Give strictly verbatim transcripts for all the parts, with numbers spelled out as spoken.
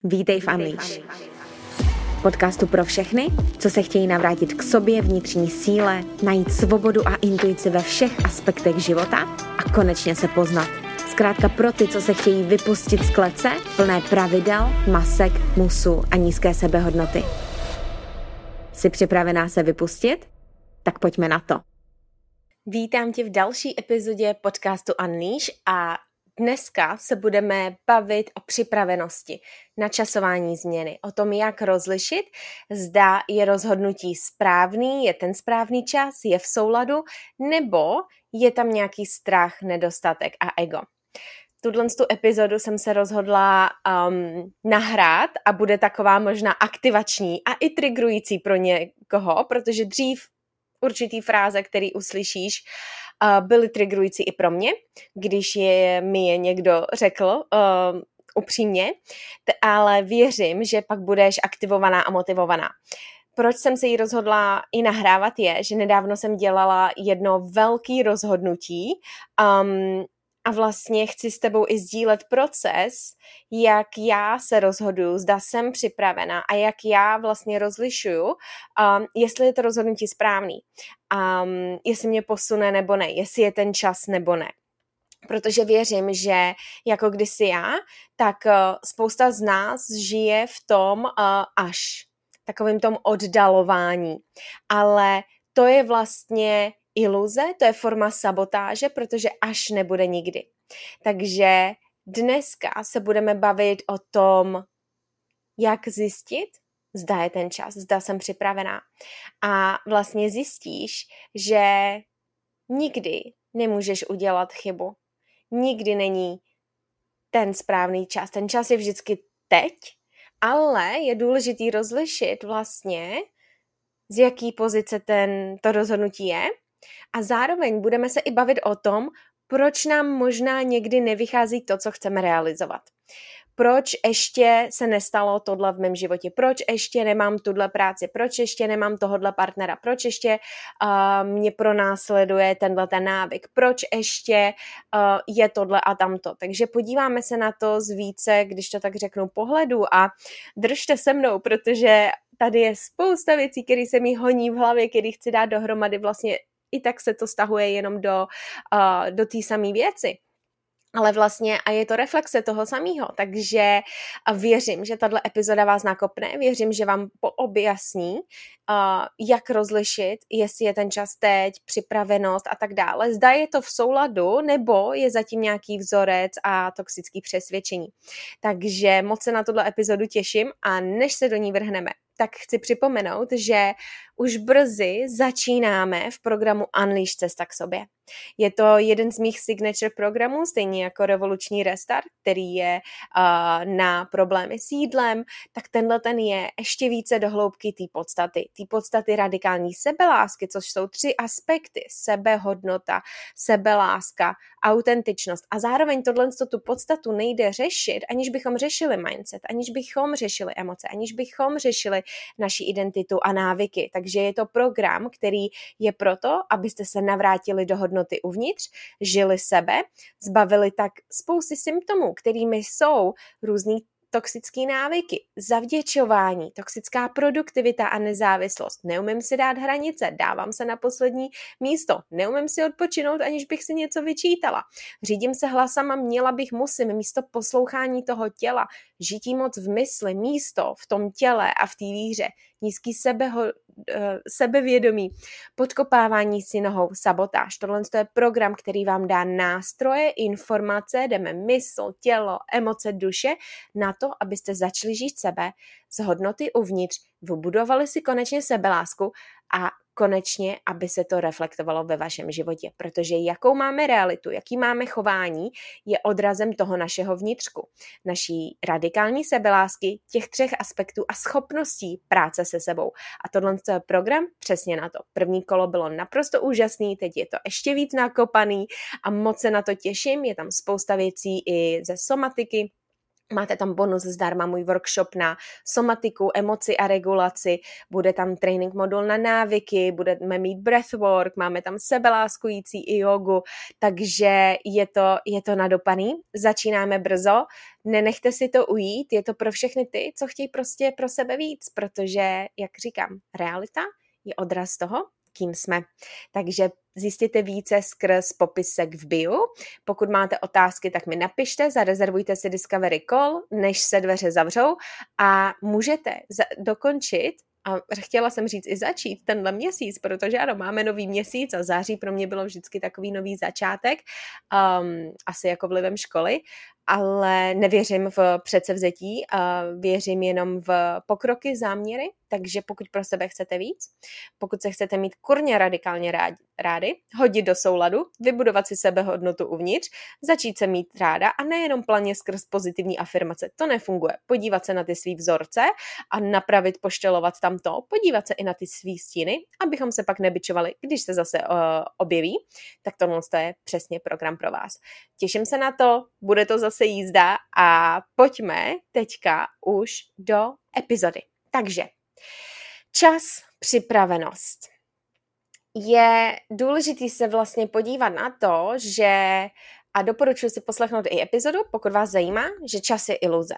Vítej v Unleash. Podcastu pro všechny, co se chtějí navrátit k sobě, vnitřní síle, najít svobodu a intuici ve všech aspektech života a konečně se poznat. Zkrátka pro ty, co se chtějí vypustit z klece, plné pravidel, masek, musu a nízké sebehodnoty. Jsi připravená se vypustit? Tak pojďme na to. Vítám tě v další epizodě podcastu Unleash a dneska se budeme bavit o připravenosti, načasování změny, o tom, jak rozlišit, zda je rozhodnutí správný, je ten správný čas, je v souladu, nebo je tam nějaký strach, nedostatek a ego. Tuhle tu epizodu jsem se rozhodla um, nahrát a bude taková možná aktivační a i triggerující pro někoho, protože dřív určitý fráze, který uslyšíš, uh, byly triggerující i pro mě, když je, mi je někdo řekl uh, upřímně, t- ale věřím, že pak budeš aktivovaná a motivovaná. Proč jsem se jí rozhodla i nahrávat je, že nedávno jsem dělala jedno velké rozhodnutí um, a vlastně chci s tebou i sdílet proces, jak já se rozhoduju, zda jsem připravená a jak já vlastně rozlišuju, um, jestli je to rozhodnutí správný, um, jestli mě posune nebo ne, jestli je ten čas nebo ne. Protože věřím, že jako kdysi já, tak uh, spousta z nás žije v tom uh, až, takovým tom oddalování. Ale to je vlastně iluze, to je forma sabotáže, protože až nebude nikdy. Takže dneska se budeme bavit o tom, jak zjistit, zda je ten čas, zda jsem připravená. A vlastně zjistíš, že nikdy nemůžeš udělat chybu. Nikdy není ten správný čas. Ten čas je vždycky teď, ale je důležitý rozlišit vlastně, z jaký pozice ten, to rozhodnutí je. A zároveň budeme se i bavit o tom, proč nám možná někdy nevychází to, co chceme realizovat. Proč ještě se nestalo tohle v mém životě? Proč ještě nemám tuhle práci? Proč ještě nemám tohodle partnera? Proč ještě uh, mě pronásleduje tenhle ten návyk? Proč ještě uh, je tohle a tamto? Takže podíváme se na to z více, když to tak řeknu, pohledu a držte se mnou, protože tady je spousta věcí, které se mi honí v hlavě, které chci dát dohromady. Vlastně i tak se to stahuje jenom do, uh, do té samé věci. Ale vlastně a je to reflexe toho samého, takže věřím, že tato epizoda vás nakopne, věřím, že vám objasní, uh, jak rozlišit, jestli je ten čas teď, připravenost a tak dále. Zda je to v souladu, nebo je zatím nějaký vzorec a toxický přesvědčení. Takže moc se na tuto epizodu těším a než se do ní vrhneme, tak chci připomenout, že už brzy začínáme v programu Unleash cesta k sobě. Je to jeden z mých signature programů, stejně jako Revoluční restart, který je uh, na problémy s jídlem, tak tenhle ten je ještě více do hloubky té podstaty. Té podstaty radikální sebelásky, což jsou tři aspekty. Sebehodnota, sebeláska, autentičnost. A zároveň tohle tu podstatu nejde řešit, aniž bychom řešili mindset, aniž bychom řešili emoce, aniž bychom řešili naši identitu a návyky. Takže je to program, který je proto, abyste se navrátili do hodnoty uvnitř, žili sebe, zbavili tak spousty symptomů, kterými jsou různý toxické návyky, zavděčování, toxická produktivita a nezávislost. Neumím si dát hranice, dávám se na poslední místo, neumím si odpočinout, aniž bych si něco vyčítala. Řídím se hlasama, měla bych, musím, místo poslouchání toho těla, žití moc v mysli, místo v tom těle a v té víře, nízký sebeho, sebevědomí, podkopávání si nohou, sabotáž. Tohle je program, který vám dá nástroje, informace, jdeme mysl, tělo, emoce, duše na to, abyste začali žít sebe z hodnoty uvnitř, vybudovali si konečně sebelásku a konečně, aby se to reflektovalo ve vašem životě. Protože jakou máme realitu, jaký máme chování, je odrazem toho našeho vnitřku. Naší radikální sebelásky, těch třech aspektů a schopností práce se sebou. A tohle je program přesně na to. První kolo bylo naprosto úžasný, teď je to ještě víc nakopaný a moc se na to těším. Je tam spousta věcí i ze somatiky, Máte tam bonus zdarma, můj workshop na somatiku, emoci a regulaci, bude tam trénink modul na návyky, budeme mít breathwork, máme tam sebeláskující i jogu, takže je to, je to nadopaný. Začínáme brzo, nenechte si to ujít, je to pro všechny ty, co chtějí prostě pro sebe víc, protože, jak říkám, realita je odraz toho, kým jsme. Takže zjistěte více skrz popisek v bio. Pokud máte otázky, tak mi napište, zarezervujte si Discovery Call, než se dveře zavřou a můžete za- dokončit, a chtěla jsem říct i začít tenhle měsíc, protože ano, máme nový měsíc a září pro mě bylo vždycky takový nový začátek, um, asi jako vlivem školy, ale nevěřím v předsevzetí, uh, věřím jenom v pokroky, záměry, takže pokud pro sebe chcete víc, pokud se chcete mít kurně radikálně rádi, rády, hodit do souladu, vybudovat si sebehodnotu uvnitř, začít se mít ráda a nejenom planě skrz pozitivní afirmace, to nefunguje. Podívat se na ty svý vzorce a napravit, poštelovat tam to, podívat se i na ty svý stíny, abychom se pak nebičovali, když se zase uh, objeví, tak tohle je přesně program pro vás. Těším se na to, bude to zase jízda a pojďme teďka už do epizody. Takže čas, připravenost. Je důležitý se vlastně podívat na to, že, a doporučuji si poslechnout i epizodu, pokud vás zajímá, že čas je iluze.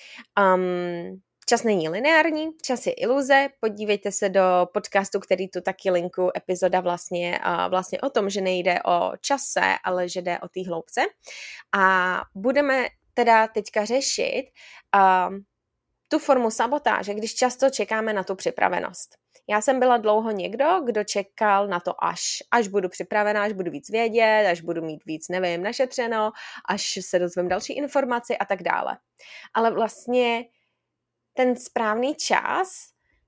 Um, čas není lineární, čas je iluze, podívejte se do podcastu, který tu taky linku, epizoda vlastně, uh, vlastně o tom, že nejde o čase, ale že jde o té hloubce. A budeme teda teďka řešit uh, tu formu sabotáže, když často čekáme na tu připravenost. Já jsem byla dlouho někdo, kdo čekal na to až, až budu připravená, až budu víc vědět, až budu mít víc, nevím, našetřeno, až se dozvím další informaci a tak dále. Ale vlastně ten správný čas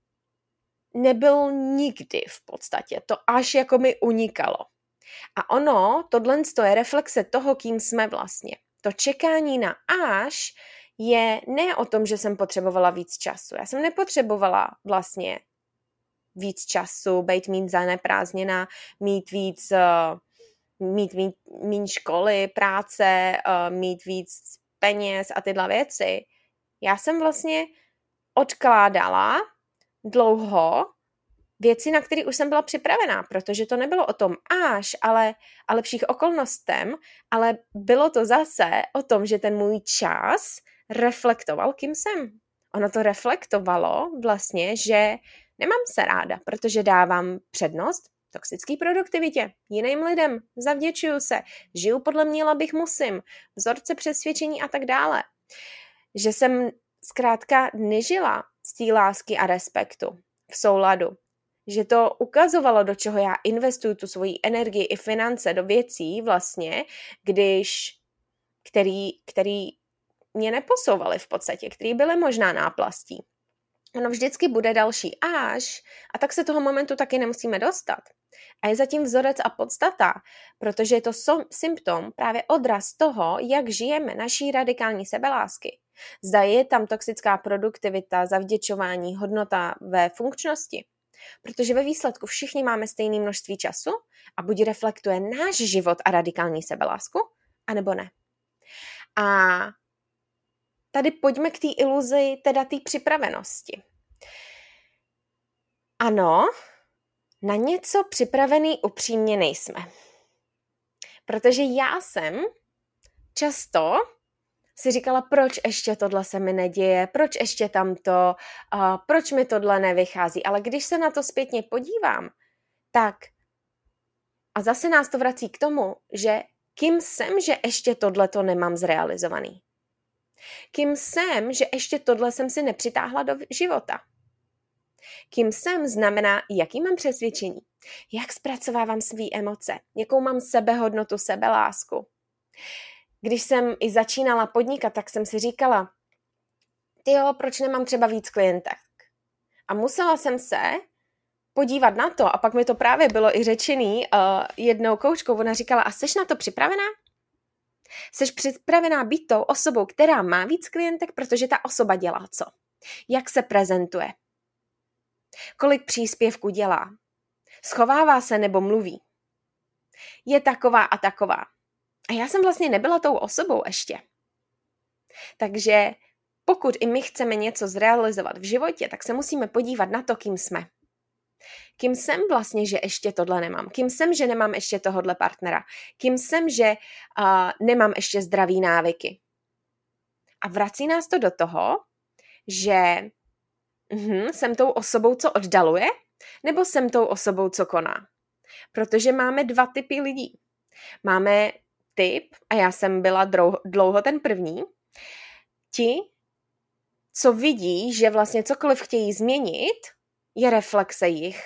nebyl nikdy v podstatě. To až jako mi unikalo. A ono, tohle je reflexe toho, kým jsme vlastně. To čekání na až je ne o tom, že jsem potřebovala víc času. Já jsem nepotřebovala vlastně víc času, být mít zaneprázdněná, mít víc, uh, mít, mít míň školy, práce, uh, mít víc peněz a tyhle věci. Já jsem vlastně odkládala dlouho věci, na které už jsem byla připravená, protože to nebylo o tom až, ale a lepších okolnostem, ale bylo to zase o tom, že ten můj čas reflektoval, kým jsem. Ono to reflektovalo vlastně, že nemám se ráda, protože dávám přednost toxické produktivitě, jiným lidem, zavděčuju se, žiju podle mě, abych musím, vzorce přesvědčení a tak dále. Že jsem zkrátka nežila z té lásky a respektu v souladu. Že to ukazovalo, do čeho já investuju tu svoji energii i finance do věcí vlastně, když, který, který mě neposouvaly v podstatě, který byly možná náplastí. Ono vždycky bude další až a tak se toho momentu taky nemusíme dostat. A je zatím vzorec a podstata, protože je to symptom, právě odraz toho, jak žijeme naší radikální sebelásky. Zda je tam toxická produktivita, zavděčování, hodnota ve funkčnosti. Protože ve výsledku všichni máme stejné množství času a buď reflektuje náš život a radikální sebelásku, anebo ne. A tady pojďme k té iluzi, teda té připravenosti. Ano, na něco připravený upřímně nejsme. Protože já jsem často si říkala, proč ještě tohle se mi neděje, proč ještě tamto, uh, proč mi tohle nevychází. Ale když se na to zpětně podívám, tak a zase nás to vrací k tomu, že kým jsem, že ještě tohleto nemám zrealizovaný. Kým jsem, že ještě tohle jsem si nepřitáhla do života. Kým jsem znamená, jaký mám přesvědčení, jak zpracovávám svý emoce, jakou mám sebehodnotu, sebelásku. Když jsem i začínala podnikat, tak jsem si říkala, tyjo, proč nemám třeba víc klientek? A musela jsem se podívat na to, a pak mi to právě bylo i řečený uh, jednou koučkou, ona říkala, a seš na to připravená? Seš připravená být tou osobou, která má víc klientek, protože ta osoba dělá co? Jak se prezentuje? Kolik příspěvků dělá? Schovává se nebo mluví? Je taková a taková. A já jsem vlastně nebyla tou osobou ještě. Takže pokud i my chceme něco zrealizovat v životě, tak se musíme podívat na to, kým jsme. Kým jsem vlastně, že ještě tohle nemám? Kým jsem, že nemám ještě tohodle partnera? Kým jsem, že uh, nemám ještě zdravý návyky? A vrací nás to do toho, že uh, jsem tou osobou, co oddaluje, nebo jsem tou osobou, co koná. Protože máme dva typy lidí. Máme typ, a já jsem byla dlouho ten první, ti, co vidí, že vlastně cokoliv chtějí změnit, je reflexe jich.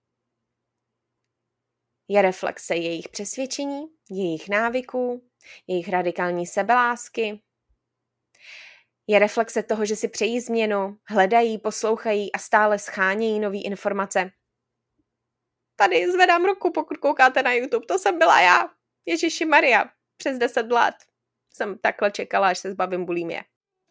Je reflexe jejich přesvědčení, jejich návyků, jejich radikální sebelásky. Je reflexe toho, že si přejí změnu, hledají, poslouchají a stále schánějí nové informace. Tady zvedám ruku, pokud koukáte na YouTube. To jsem byla já. Ježiši Maria. Přes deset let jsem takhle čekala, až se zbavím bulimie.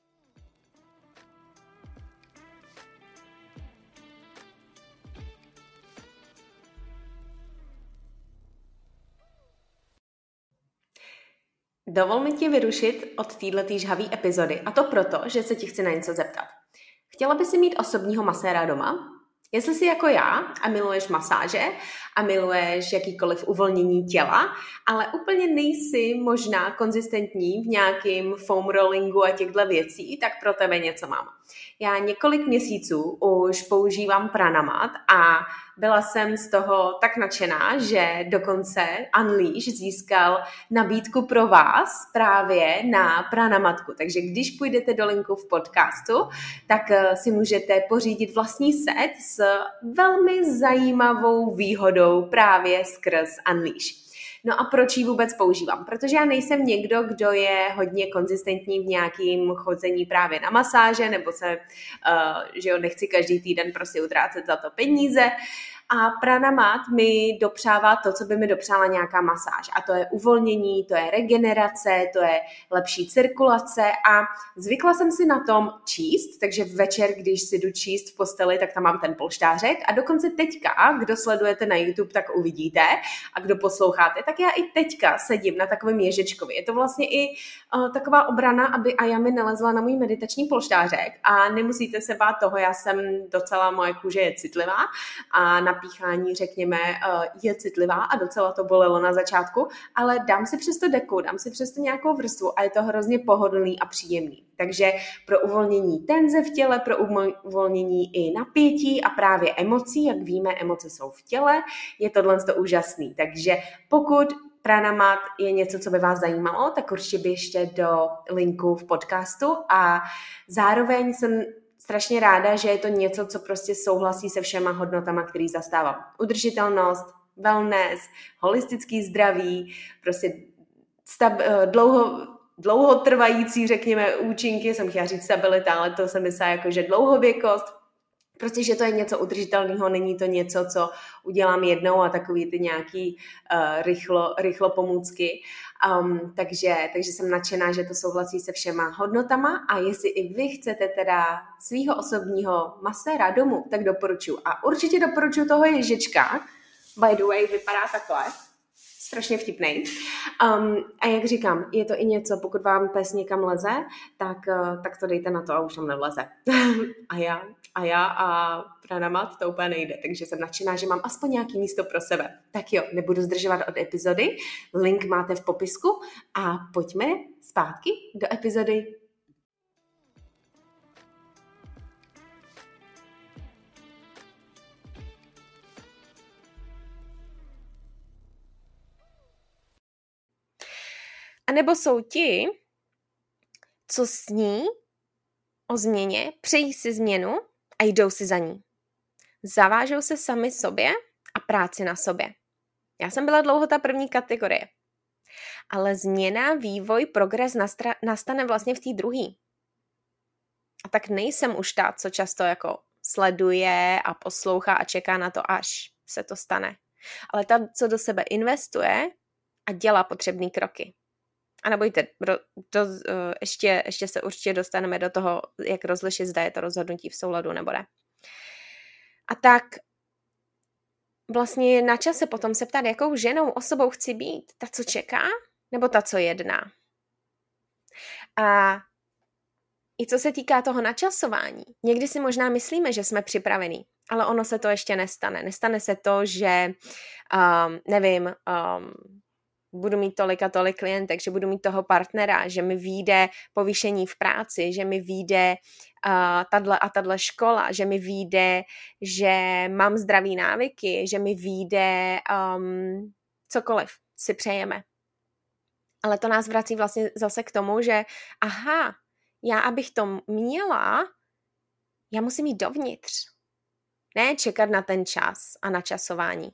Dovol mi tě vyrušit od této žhavé epizody, a to proto, že se ti chci na něco zeptat. Chtěla by si mít osobního maséra doma? Jestli jsi jako já a miluješ masáže a miluješ jakýkoliv uvolnění těla, ale úplně nejsi možná konzistentní v nějakým foam rollingu a těchto věcí, tak pro tebe něco mám. Já několik měsíců už používám Pranamat a byla jsem z toho tak nadšená, že dokonce Unleash získal nabídku pro vás právě na Pranamatku. Takže když půjdete do linku v podcastu, tak si můžete pořídit vlastní set s velmi zajímavou výhodou právě skrz Unleash. No a proč ji vůbec používám? Protože já nejsem někdo, kdo je hodně konzistentní v nějakým chodzení právě na masáže, nebo se, uh, že jo, nechci každý týden prostě utrácet za to peníze. A Pranamat mi dopřává to, co by mi dopřála nějaká masáž. A to je uvolnění, to je regenerace, to je lepší cirkulace a zvykla jsem si na tom číst, takže večer, když si jdu číst v posteli, tak tam mám ten polštářek a dokonce teďka, kdo sledujete na YouTube, tak uvidíte a kdo posloucháte, tak já i teďka sedím na takovém ježečkovi. Je to vlastně i uh, taková obrana, aby Aja mi nelezla na můj meditační polštářek a nemusíte se bát toho, já jsem docela, moje kůže je citlivá a na píchání, řekněme, je citlivá a docela to bolelo na začátku, ale dám si přesto deku, dám si přesto nějakou vrstvu a je to hrozně pohodlný a příjemný. Takže pro uvolnění tenze v těle, pro uvolnění i napětí a právě emocí, jak víme, emoce jsou v těle, je tohle to úžasný. Takže pokud Pranamat je něco, co by vás zajímalo, tak určitě běžte do linku v podcastu a zároveň jsem strašně ráda, že je to něco, co prostě souhlasí se všema hodnotama, který zastávám. Udržitelnost, wellness, holistický zdraví, prostě stab, dlouho, dlouhotrvající, řekněme, účinky, jsem chtěla říct stabilita, ale to jsem myslela jako, že dlouhověkost, prostě, že to je něco udržitelného, není to něco, co udělám jednou a takový ty nějaký uh, rychlo, rychlo pomůcky. Um, takže, takže jsem nadšená, že to souhlasí se všema hodnotama a jestli i vy chcete teda svýho osobního maséra domů, tak doporučuji. A určitě doporučuji toho ježička. By the way, vypadá takhle. Strašně vtipnej. Um, a jak říkám, je to i něco, pokud vám pes někam leze, tak, uh, tak to dejte na to a už tam nevleze. a já, a já a Pranamat to úplně nejde, takže jsem nadšená, že mám aspoň nějaký místo pro sebe. Tak jo, nebudu zdržovat od epizody, link máte v popisku a pojďme zpátky do epizody. A nebo jsou ti, co sní o změně, přejí si změnu a jdou si za ní. Zavážou se sami sobě a práci na sobě. Já jsem byla dlouho ta první kategorie. Ale změna, vývoj, progres nastra- nastane vlastně v té druhé. A tak nejsem už ta, co často jako sleduje a poslouchá a čeká na to, až se to stane. Ale ta, co do sebe investuje a dělá potřebné kroky. A nebojte, to, uh, ještě, ještě se určitě dostaneme do toho, jak rozlišit, zda je to rozhodnutí v souladu nebo ne. A tak vlastně je na čase potom se ptát, jakou ženou, osobou chci být. Ta, co čeká, nebo ta, co jedná. A i co se týká toho načasování, někdy si možná myslíme, že jsme připravení, ale ono se to ještě nestane. Nestane se to, že, um, nevím, um, budu mít tolik a tolik klientek, že budu mít toho partnera, že mi vyjde povýšení v práci, že mi vyjde uh, tadle a tadle škola, že mi vyjde, že mám zdraví návyky, že mi vyjde um, cokoliv si přejeme. Ale to nás vrací vlastně zase k tomu, že aha, já abych to měla, já musím jít dovnitř. Ne čekat na ten čas a na časování.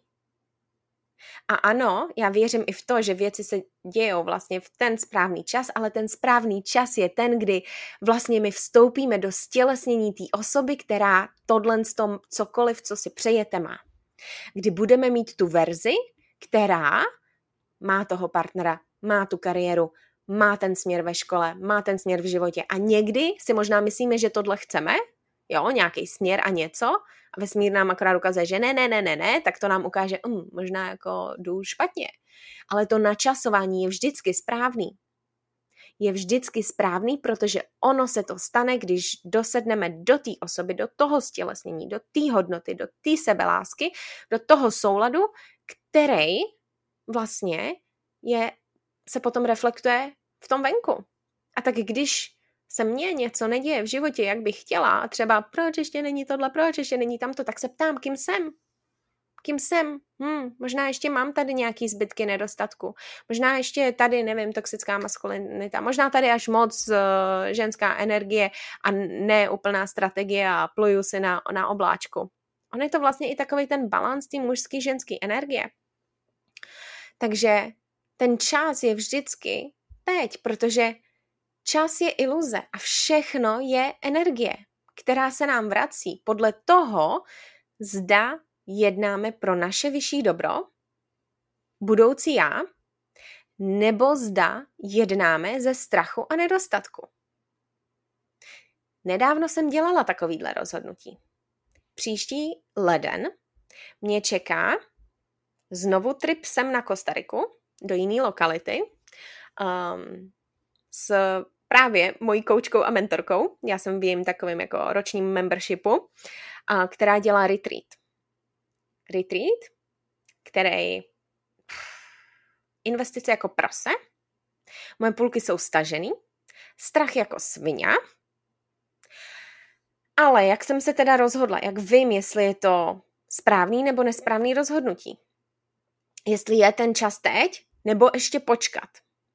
A ano, já věřím i v to, že věci se dějou vlastně v ten správný čas, ale ten správný čas je ten, kdy vlastně my vstoupíme do stělesnění té osoby, která tohle z tom cokoliv, co si přejete, má. Kdy budeme mít tu verzi, která má toho partnera, má tu kariéru, má ten směr ve škole, má ten směr v životě. A někdy si možná myslíme, že tohle chceme, jo, nějaký směr a něco, a vesmír nám akorát ukazuje, že ne, ne, ne, ne, ne, tak to nám ukáže, um, možná jako jdu špatně. Ale to načasování je vždycky správný. Je vždycky správný, protože ono se to stane, když dosedneme do té osoby, do toho stělesnění, do té hodnoty, do té sebelásky, do toho souladu, který vlastně je, se potom reflektuje v tom venku. A tak když se mně něco neděje v životě, jak bych chtěla, a třeba proč ještě není tohle, proč ještě není tamto, tak se ptám, kým jsem? Kým jsem? Hm, možná ještě mám tady nějaký zbytky nedostatku. Možná ještě tady, nevím, toxická maskulinita. Možná tady až moc uh, ženská energie a neúplná strategie a pluju si na, na obláčku. On je to vlastně i takový ten balans té mužský ženský energie. Takže ten čas je vždycky teď, protože čas je iluze a všechno je energie, která se nám vrací podle toho, zda jednáme pro naše vyšší dobro, budoucí já, nebo zda jednáme ze strachu a nedostatku. Nedávno jsem dělala takovýhle rozhodnutí. Příští leden mě čeká znovu trip sem na Kostariku, do jiné lokality, um, s právě mojí koučkou a mentorkou. Já jsem v jejím takovým jako ročním membershipu, a, která dělá retreat. Retreat, který investice jako prase, moje půlky jsou stažený, strach jako svině, ale jak jsem se teda rozhodla, jak vím, jestli je to správný nebo nesprávný rozhodnutí. Jestli je ten čas teď, nebo ještě počkat.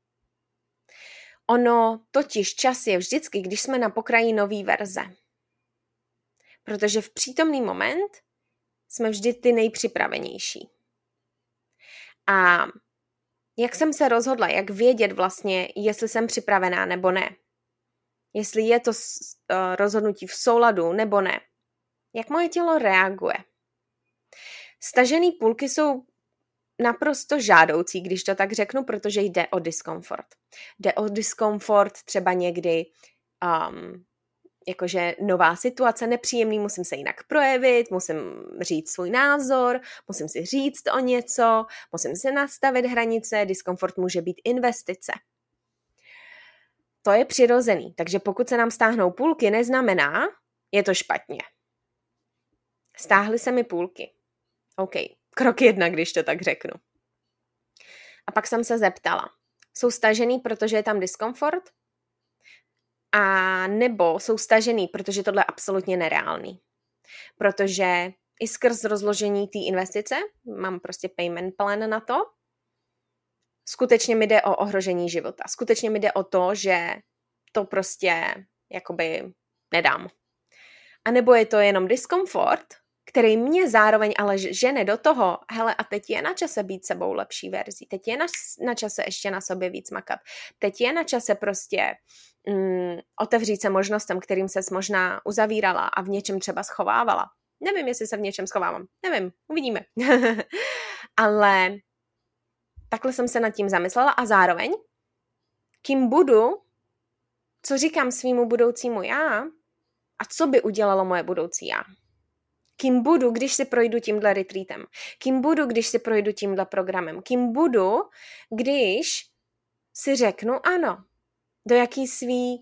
Ono totiž čas je vždycky, když jsme na pokraji nový verze. Protože v přítomný moment jsme vždy ty nejpřipravenější. A jak jsem se rozhodla, jak vědět vlastně, jestli jsem připravená nebo ne. Jestli je to rozhodnutí v souladu nebo ne. Jak moje tělo reaguje. Stažený půlky jsou naprosto žádoucí, když to tak řeknu, protože jde o diskomfort. Jde o diskomfort třeba někdy, um, jakože nová situace, nepříjemný, musím se jinak projevit, musím říct svůj názor, musím si říct o něco, musím si nastavit hranice, diskomfort může být investice. To je přirozený, takže pokud se nám stáhnou půlky, neznamená, je to špatně. Stáhly se mi půlky. OK. Krok jedna, když to tak řeknu. A pak jsem se zeptala, jsou stažený, protože je tam diskomfort? A nebo jsou stažený, protože tohle je absolutně nereálný. Protože i skrz rozložení té investice, mám prostě payment plan na to, skutečně mi jde o ohrožení života. Skutečně mi jde o to, že to prostě jakoby nedám. A nebo je to jenom diskomfort, který mě zároveň ale žene do toho, hele, a teď je na čase být sebou lepší verzí, teď je na, na čase ještě na sobě víc makat, teď je na čase prostě mm, otevřít se možnostem, kterým ses možná uzavírala a v něčem třeba schovávala. Nevím, jestli se v něčem schovávám, nevím, uvidíme. Ale takhle jsem se nad tím zamyslela a zároveň, kým budu, co říkám svýmu budoucímu já a co by udělalo moje budoucí já. Kým budu, když si projdu tímhle retreatem? Kým budu, když si projdu tímhle programem? Kým budu, když si řeknu ano? Do jaký svý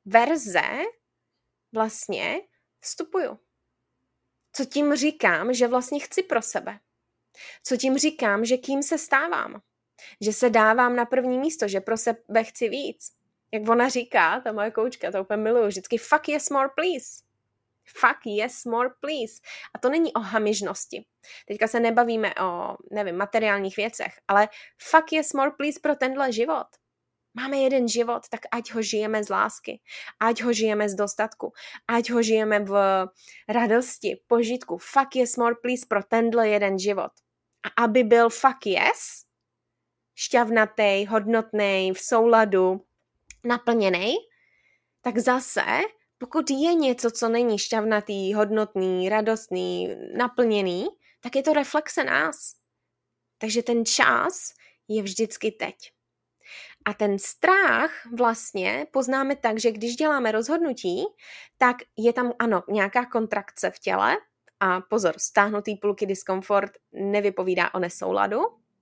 verze vlastně vstupuju. Co tím říkám, že vlastně chci pro sebe. Co tím říkám, že kým se stávám. Že se dávám na první místo, že pro sebe chci víc. Jak ona říká, ta moje koučka, to úplně miluju, vždycky fuck yes more please. Fuck yes more please. A to není o hamižnosti. Teďka se nebavíme o, nevím, materiálních věcech, ale fuck yes more please pro tenhle život. Máme jeden život, tak ať ho žijeme z lásky, ať ho žijeme z dostatku, ať ho žijeme v radosti, požitku. Fuck yes more please pro tenhle jeden život. A aby byl fuck yes, šťavnatý, hodnotný, v souladu, naplněný, tak zase, pokud je něco, co není šťavnatý, hodnotný, radostný, naplněný, tak je to reflexe nás. Takže ten čas je vždycky teď. A ten strach vlastně poznáme tak, že když děláme rozhodnutí, tak je tam, ano, nějaká kontrakce v těle a pozor, stáhnutý půlky diskomfort nevypovídá o nesouladu,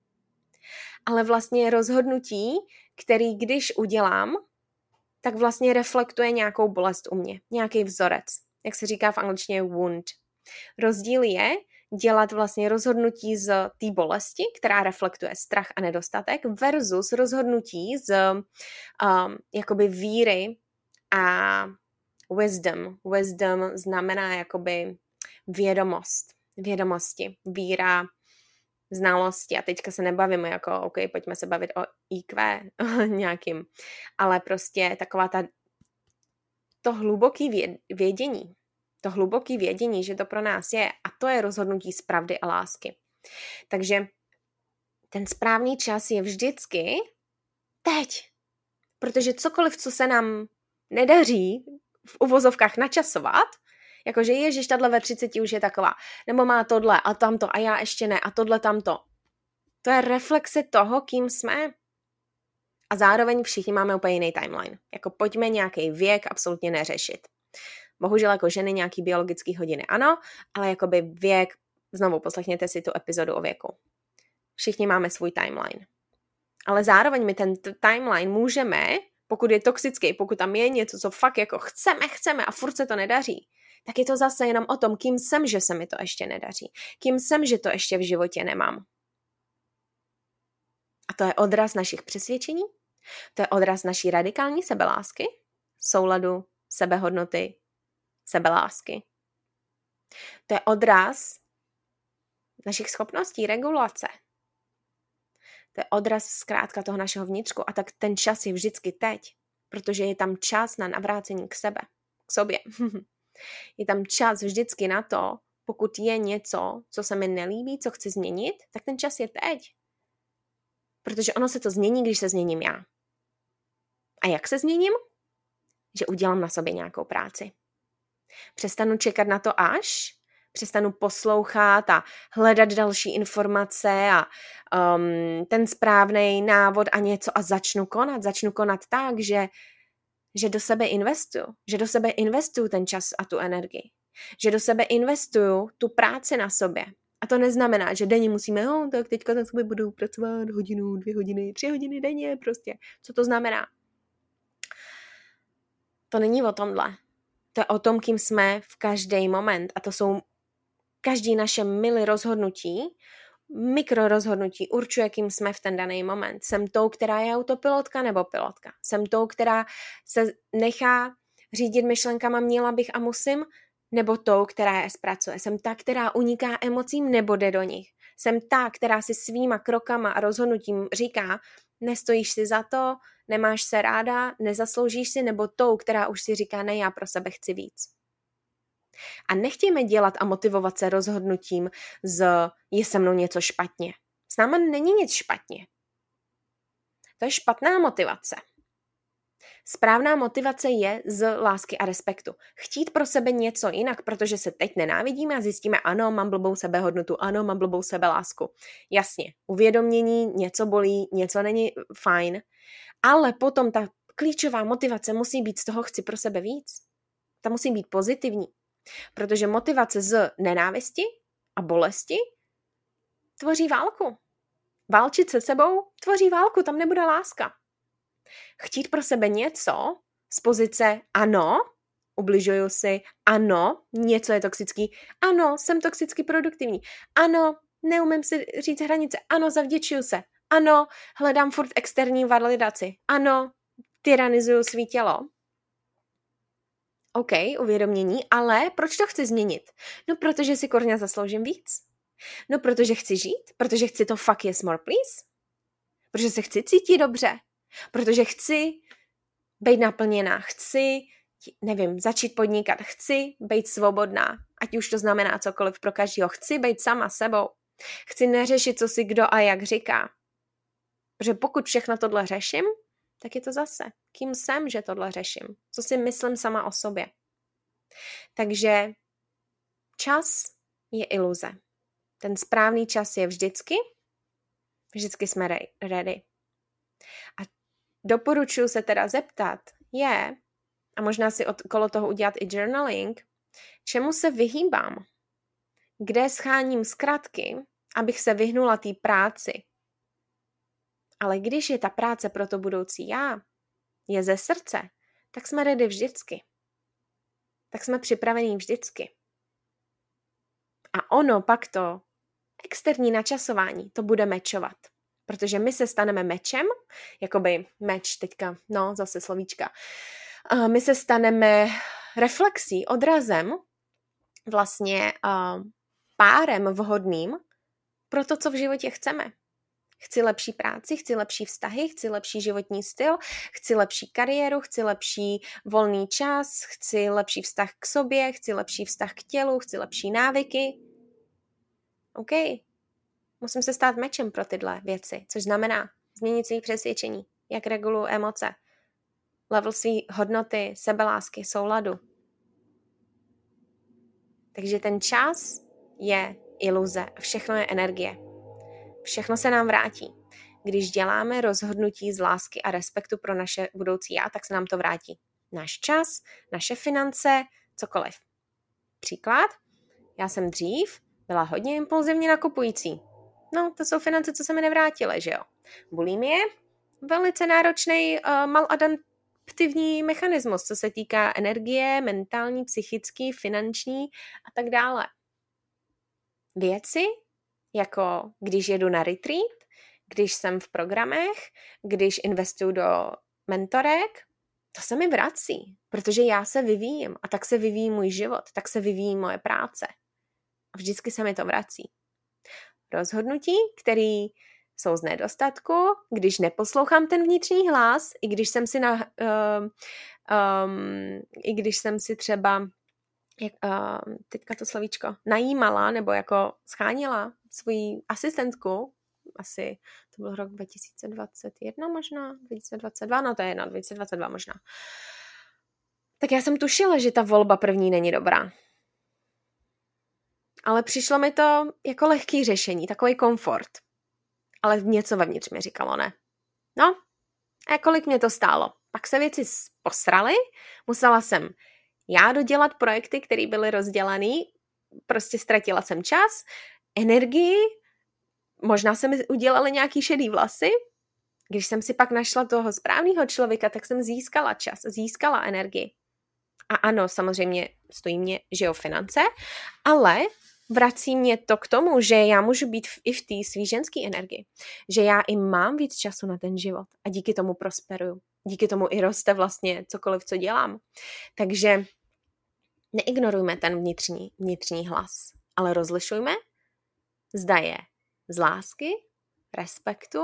ale vlastně je rozhodnutí, který když udělám, tak vlastně reflektuje nějakou bolest u mě, nějaký vzorec, jak se říká v angličtině wound. Rozdíl je dělat vlastně rozhodnutí z té bolesti, která reflektuje strach a nedostatek, versus rozhodnutí z um, jakoby víry a wisdom. Wisdom znamená jakoby vědomost, vědomosti, víra, znalosti. A teďka se nebavíme jako, OK, pojďme se bavit o í kvé nějakým, ale prostě taková ta to hluboký vědění, to hluboký vědění, že to pro nás je, a to je rozhodnutí z pravdy a lásky. Takže ten správný čas je vždycky teď. Protože cokoliv, co se nám nedaří v uvozovkách načasovat, jakože ježiš, tahle ve třiceti už je taková, nebo má tohle a tamto a já ještě ne a tohle tamto. To je reflexe toho, kým jsme. A zároveň všichni máme úplně jiný timeline. Jako pojďme nějaký věk absolutně neřešit. Bohužel jako ženy nějaký biologický hodiny ano, ale jakoby věk, znovu poslechněte si tu epizodu o věku. Všichni máme svůj timeline. Ale zároveň my ten t- timeline můžeme, pokud je toxický, pokud tam je něco, co fakt jako chceme, chceme a furt se to nedaří, tak je to zase jenom o tom, kým jsem, že se mi to ještě nedaří. Kým jsem, že to ještě v životě nemám. A to je odraz našich přesvědčení, to je odraz naší radikální sebelásky, souladu, sebehodnoty, sebelásky. To je odraz našich schopností, regulace. To je odraz zkrátka toho našeho vnitřku. A tak ten čas je vždycky teď, protože je tam čas na navrácení k sebe, k sobě. Je tam čas vždycky na to, pokud je něco, co se mi nelíbí, co chci změnit, tak ten čas je teď. Protože ono se to změní, když se změním já. A jak se změním? Že udělám na sobě nějakou práci. Přestanu čekat na to až, přestanu poslouchat a hledat další informace a um, ten správný návod a něco a začnu konat. Začnu konat tak, že, že do sebe investuju. Že do sebe investuju ten čas a tu energii. Že do sebe investuju tu práci na sobě. A to neznamená, že denně musíme, no, tak teďka na sobě budu pracovat hodinu, dvě hodiny, tři hodiny denně prostě. Co to znamená? To není o tomhle. To je o tom, kým jsme v každý moment. A to jsou každý naše mili rozhodnutí, mikrorozhodnutí určuje, kým jsme v ten daný moment. Jsem tou, která je autopilotka nebo pilotka. Jsem tou, která se nechá řídit myšlenkama měla bych a musím, nebo tou, která je zpracuje. Jsem ta, která uniká emocím nebo jde do nich. Jsem ta, která si svýma krokama a rozhodnutím říká, nestojíš si za to, nemáš se ráda, nezasloužíš si, nebo tou, která už si říká, ne, já pro sebe chci víc. A nechtějme dělat a motivovat se rozhodnutím z je se mnou něco špatně. S náma není nic špatně. To je špatná motivace. Správná motivace je z lásky a respektu. Chtít pro sebe něco jinak, protože se teď nenávidíme a zjistíme, ano, mám blbou sebehodnotu, ano, mám blbou sebelásku. Jasně, uvědomění, něco bolí, něco není fajn, ale potom ta klíčová motivace musí být z toho chci pro sebe víc. Ta musí být pozitivní, protože motivace z nenávisti a bolesti tvoří válku. Válčit se sebou tvoří válku, tam nebude láska. Chtít pro sebe něco z pozice ano, ubližuju si, ano, něco je toxický, ano, jsem toxicky produktivní, ano, neumím si říct hranice, ano, zavděčuju se, ano, hledám furt externí validaci, ano, tyranizuju svý tělo. OK, uvědomění, ale proč to chci změnit? No, protože si kurňa zasloužím víc. No, protože chci žít, protože chci to fuck yes more please, protože se chci cítit dobře, protože chci být naplněná, chci, nevím, začít podnikat, chci být svobodná, ať už to znamená cokoliv pro každého, chci být sama sebou, chci neřešit, co si kdo a jak říká. Protože pokud všechno tohle řeším, tak je to zase, kým jsem, že tohle řeším, co si myslím sama o sobě. Takže čas je iluze. Ten správný čas je vždycky, vždycky jsme ready. A doporučuji se teda zeptat, je, a možná si okolo toho udělat i journaling, čemu se vyhýbám, kde scháním zkratky, abych se vyhnula té práci. Ale když je ta práce pro to budoucí já, je ze srdce, tak jsme ready vždycky. Tak jsme připravení vždycky. A ono pak to externí načasování, to bude mečovat. Protože my se staneme mečem, jakoby meč teďka, no zase slovíčka, uh, my se staneme reflexí, odrazem, vlastně uh, párem vhodným pro to, co v životě chceme. Chci lepší práci, chci lepší vztahy, chci lepší životní styl, chci lepší kariéru, chci lepší volný čas, chci lepší vztah k sobě, chci lepší vztah k tělu, chci lepší návyky. OK. Musím se stát mečem pro tyhle věci, což znamená změnit svý přesvědčení, jak reguluju emoce, level svý hodnoty, sebelásky, souladu. Takže ten čas je iluze a všechno je energie. Všechno se nám vrátí. Když děláme rozhodnutí z lásky a respektu pro naše budoucí já, tak se nám to vrátí. Náš čas, naše finance, cokoliv. Příklad, já jsem dřív byla hodně impulzivně nakupující. No, to jsou finance, co se mi nevrátily, že jo. Bulimie, velice náročný uh, maladaptivní mechanismus, co se týká energie, mentální, psychický, finanční a tak dále. Věci, jako když jedu na retreat, když jsem v programech, když investuju do mentorek, to se mi vrací, protože já se vyvíjím a tak se vyvíjí můj život, tak se vyvíjí moje práce. A vždycky se mi to vrací. Rozhodnutí, které jsou z nedostatku, když neposlouchám ten vnitřní hlas, i když jsem si na, uh, um, i když jsem si třeba jak, uh, teďka to slovíčko najímala nebo jako schánila svoji asistentku, asi to byl rok dva tisíce dvacet jedna možná, dva tisíce dvacet dva, no to je jedno, dva tisíce dvacet dva možná. Tak já jsem tušila, že ta volba první není dobrá. Ale přišlo mi to jako lehký řešení, takový komfort. Ale něco vevnitř mi říkalo ne. No, a kolik mě to stálo? Pak se věci posraly, musela jsem já dodělat projekty, které byly rozdělaný, prostě ztratila jsem čas, energii, možná se mi udělaly nějaký šedý vlasy. Když jsem si pak našla toho správného člověka, tak jsem získala čas, získala energii. A ano, samozřejmě stojí mě, že jo, finance, ale vrací mě to k tomu, že já můžu být i v té svý ženské energii. Že já i mám víc času na ten život a díky tomu prosperuju. Díky tomu i roste vlastně cokoliv, co dělám. Takže neignorujme ten vnitřní, vnitřní hlas, ale rozlišujme, zda je z lásky, respektu,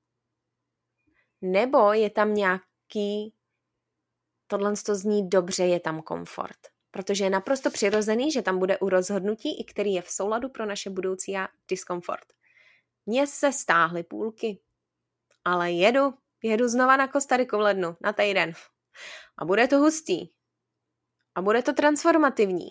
nebo je tam nějaký, tohle to zní dobře, je tam komfort. Protože je naprosto přirozený, že tam bude u rozhodnutí, i který je v souladu pro naše budoucí a diskomfort. Mně se stáhly půlky, ale jedu, jedu znova na Kostariku v lednu, na týden. A bude to hustý. A bude to transformativní.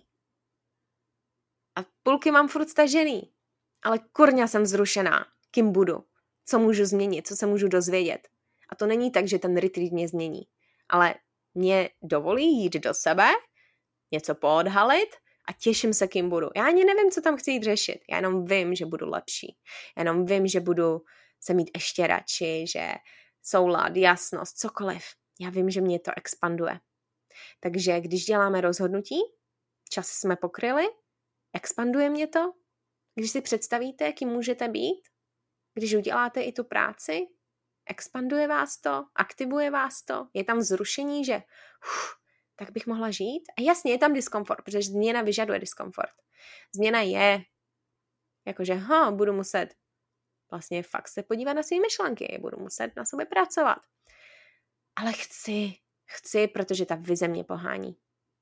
A půlky mám furt stažený. Ale kurňa jsem zrušená. Kým budu? Co můžu změnit? Co se můžu dozvědět? A to není tak, že ten retreat mě změní. Ale mě dovolí jít do sebe, něco poodhalit a těším se, kým budu. Já ani nevím, co tam chci jít řešit. Já jenom vím, že budu lepší. Já jenom vím, že budu se mít ještě radši, že soulad, jasnost, cokoliv. Já vím, že mě to expanduje. Takže když děláme rozhodnutí, čas jsme pokryli, expanduje mě to. Když si představíte, jaký můžete být, když uděláte i tu práci, expanduje vás to, aktivuje vás to, je tam vzrušení, že uf, tak bych mohla žít. A jasně, je tam diskomfort, protože změna vyžaduje diskomfort. Změna je, jakože ha, budu muset vlastně fakt se podívat na své myšlenky, budu muset na sobě pracovat. Ale chci, chci, protože ta vize mě pohání.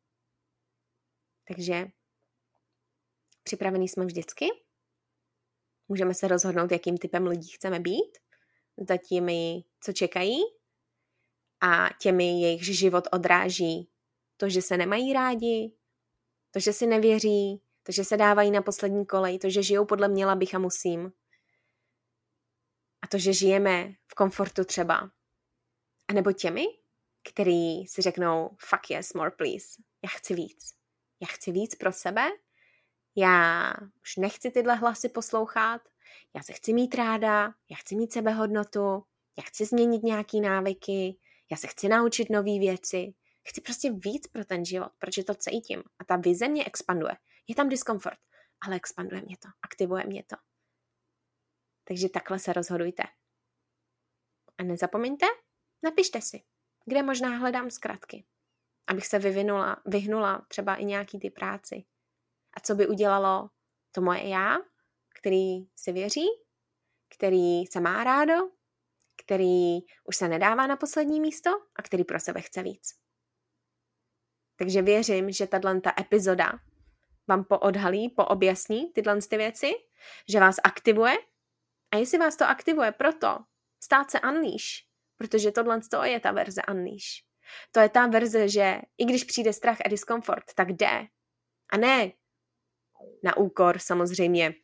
Takže připravení jsme vždycky. Můžeme se rozhodnout, jakým typem lidí chceme být, za těmi, co čekají, a těmi, jejichž život odráží to, že se nemají rádi, to, že si nevěří, to, že se dávají na poslední kolej, to, že žijou podle měla bych a musím. A to, že žijeme v komfortu třeba. A nebo těmi, který si řeknou fuck yes, more please. Já chci víc. Já chci víc pro sebe. Já už nechci tyhle hlasy poslouchat. Já se chci mít ráda. Já chci mít sebehodnotu. Já chci změnit nějaký návyky. Já se chci naučit nové věci. Chci prostě víc pro ten život, protože to cítím. A ta vize mě expanduje. Je tam diskomfort, ale expanduje mě to. Aktivuje mě to. Takže takhle se rozhodujte. A nezapomeňte, napište si, kde možná hledám zkratky, abych se vyvinula, vyhnula třeba i nějaký ty práci. A co by udělalo to moje já, který si věří, který se má rádo, který už se nedává na poslední místo a který pro sebe chce víc. Takže věřím, že tato epizoda vám poodhalí, poobjasní tyhle ty věci, že vás aktivuje. A jestli vás to aktivuje proto stát se Unleash, protože tohle je ta verze Unleash. To je ta verze, že i když přijde strach a diskomfort, tak jde. A ne na úkor samozřejmě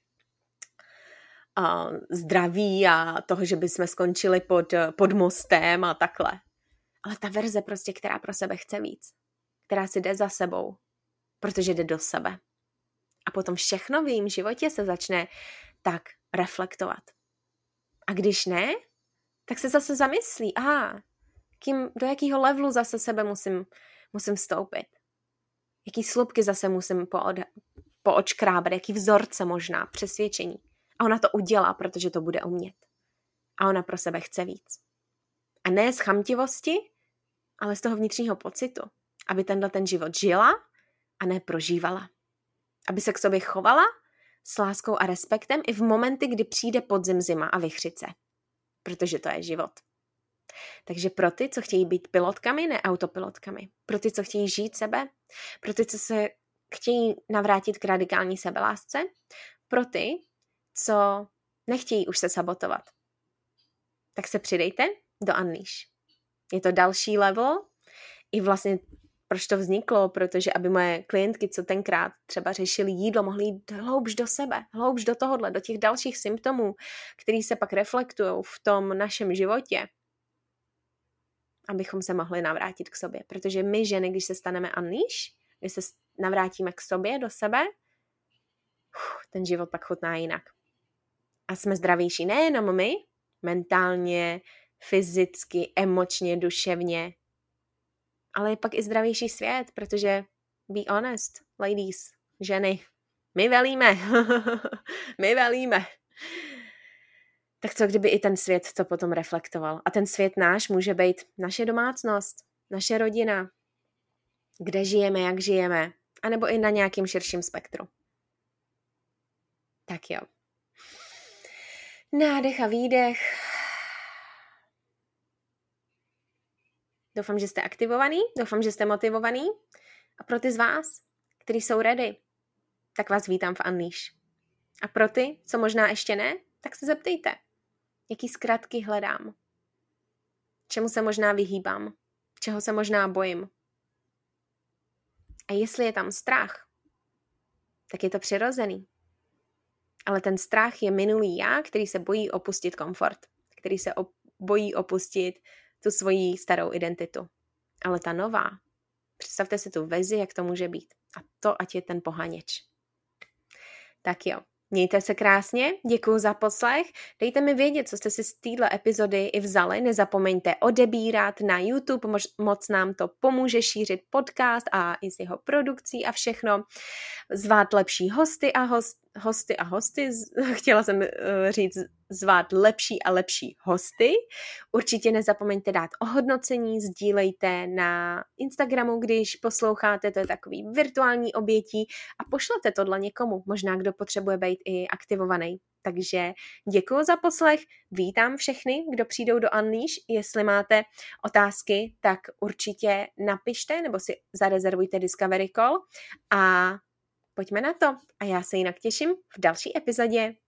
uh, zdraví a toho, že bychom skončili pod, pod mostem a takhle. Ale ta verze prostě, která pro sebe chce víc. Která si jde za sebou, protože jde do sebe. A potom všechno v jejím životě se začne tak reflektovat. A když ne, tak se zase zamyslí, aha, kým, do jakého levelu zase sebe musím, musím vstoupit. Jaký slupky zase musím pood, poočkrábat, jaký vzorce možná, přesvědčení. A ona to udělá, protože to bude umět. A ona pro sebe chce víc. A ne z chamtivosti, ale z toho vnitřního pocitu. Aby tenhle ten život žila a ne prožívala. Aby se k sobě chovala s láskou a respektem i v momenty, kdy přijde podzim, zima a vichřice. Protože to je život. Takže pro ty, co chtějí být pilotkami, ne autopilotkami. Pro ty, co chtějí žít sebe. Pro ty, co se chtějí navrátit k radikální sebelásce. Pro ty, co nechtějí už se sabotovat. Tak se přidejte do Unleash. Je to další level. I vlastně proč to vzniklo, protože aby moje klientky, co tenkrát třeba řešili jídlo, mohly jít hloubš do sebe, hloubš do tohohle, do těch dalších symptomů, který se pak reflektují v tom našem životě, abychom se mohli navrátit k sobě. Protože my ženy, když se staneme Unleash, když se navrátíme k sobě, do sebe, ten život pak chutná jinak. A jsme zdravější nejenom my, mentálně, fyzicky, emočně, duševně, ale je pak i zdravější svět, protože be honest, ladies, ženy, my velíme, my velíme. Tak co kdyby i ten svět to potom reflektoval? A ten svět náš může být naše domácnost, naše rodina, kde žijeme, jak žijeme, anebo i na nějakým širším spektru. Tak jo. Nádech a výdech. Doufám, že jste aktivovaný, doufám, že jste motivovaný. A pro ty z vás, kteří jsou ready, tak vás vítám v Unleash. A pro ty, co možná ještě ne, tak se zeptejte, jaký zkratky hledám, čemu se možná vyhýbám, čeho se možná bojím. A jestli je tam strach, tak je to přirozený. Ale ten strach je minulý já, který se bojí opustit komfort, který se op- bojí opustit tu svoji starou identitu. Ale ta nová, představte si tu vizi, jak to může být. A to, ať je ten poháněč. Tak jo, Mějte se krásně, děkuji za poslech, dejte mi vědět, co jste si z téhle epizody i vzali, nezapomeňte odebírat na YouTube, mož, moc nám to pomůže šířit podcast a i s jeho produkcí a všechno, zvát lepší hosty a host, hosty a hosty, chtěla jsem uh, říct zvát lepší a lepší hosty. Určitě nezapomeňte dát ohodnocení, sdílejte na Instagramu, když posloucháte, to je takový virtuální obětí a pošlete tohle někomu, možná kdo potřebuje být i aktivovaný. Takže děkuji za poslech, vítám všechny, kdo přijdou do Unleash. Jestli máte otázky, tak určitě napište nebo si zarezervujte Discovery Call a pojďme na to. A já se jinak těším v další epizodě.